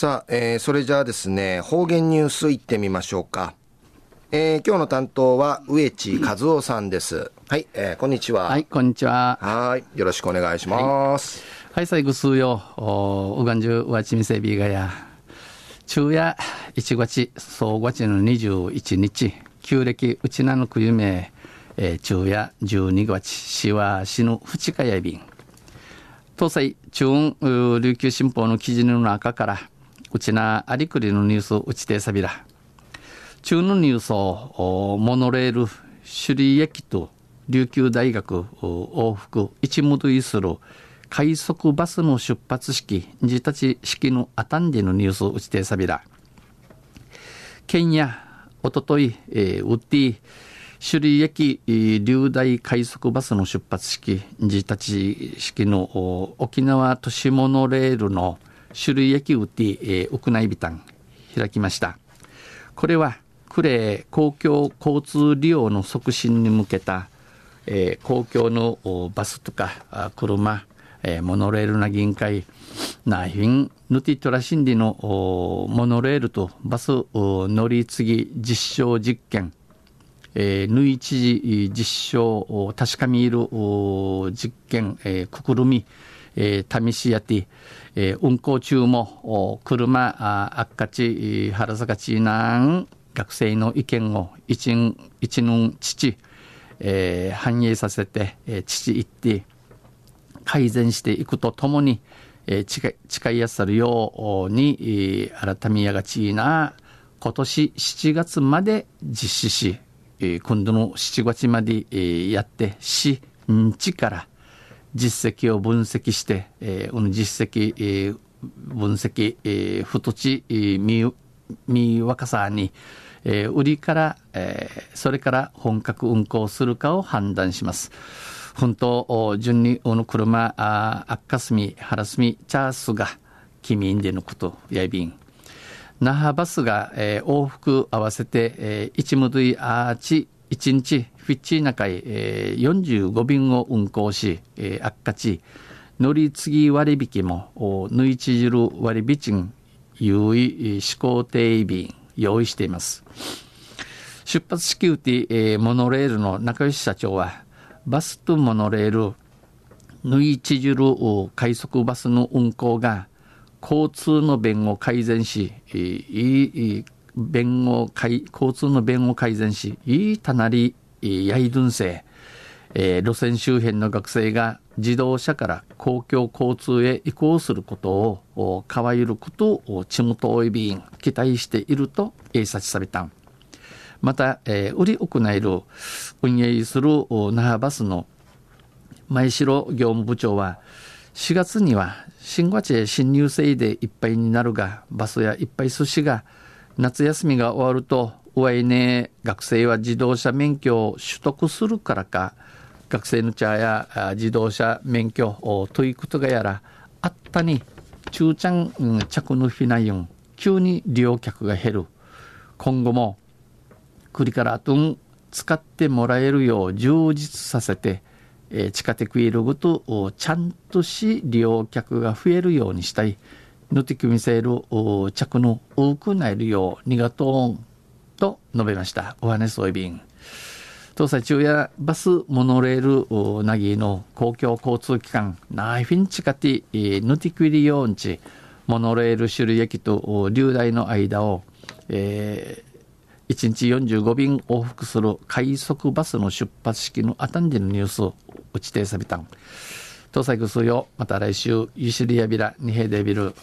さあ、それじゃあですね、方言ニュースいってみましょうか。今日の担当は植地和夫さんです。はい、こんにちは。 はい、こんにちは。 はい、よろしくお願いします。 はい、最後数よ、うがんじゅうわちみせびがや、昼夜1月、総月の21日、旧暦うちなのくゆめ、昼夜12月、しわしの2日やびん。東西中央琉球新報の記事の中から、うちなありくりのニュースうちてさびら。中のニュースをモノレール首里駅と琉球大学往復一無類する快速バスの出発式自たち式のあたんでのニュースを打ちてさびら。県やおととい、ウッディ首里駅流大快速バスの出発式自たち式の沖縄都市モノレールの首里駅ウッディ屋内ビタン開きました。これは呉公共交通利用の促進に向けた、公共のバスとか車、モノレールな銀会なひんヌティトラシンディのモノレールとバス乗り継ぎ実証実験、ぬいちじ実証確かみいる実験、くくるみ、試しやて、運行中も車あっかちはらさかちなん学生の意見を一nun父、反映させて、父言って改善していくとともに、誓いやさるように、改めやがちな今年7月まで実施し、今度の7月まで、やってしんちから実績を分析して、実績、分析、ふとちみ若さに、売りから、それから本格運行するかを判断します。本当順に車あっかすみはらすみチャースが君んでのことやいびん那覇バスが、往復合わせて、一無類アーチ1日フィッチー中へ、45便を運行し、あっかち乗り継ぎ割引もぬいちじる割引優位指向定便用意しています。出発式うて、モノレールの中吉社長はバスとモノレールぬいちじる快速バスの運行が交通の便を改善し、交通の便を改善し、いいたなりやいどんせ、路線周辺の学生が自動車から公共交通へ移行することをかわゆることをちむとおいびん期待しているとさちさびたん。また、売り行える運営する那覇バスの前城業務部長は4月には新月へ新入生でいっぱいになるがバスやいっぱい寿司が夏休みが終わるとうわいね学生は自動車免許を取得するからか学生の茶や自動車免許をということがやらあったに中ちゃん着のフィナイン急に利用客が減る。今後も繰りからあとん使ってもらえるよう充実させて、地下鉄イルグとちゃんとし利用客が増えるようにしたいぬてきみせる着の多くなるようにがとんと述べました。お話そういびん東西中やバスモノレールなぎの公共交通機関ナイフィンチカティヌティクイリヨンチモノレール首里駅と流大の間を、1日45便往復する快速バスの出発式のあたんでのニュースを打ちてさびたん。東西ぐすよまた来週ゆしりやびらにへでびる。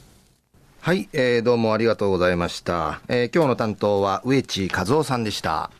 はい、どうもありがとうございました。今日の担当は植地和夫さんでした。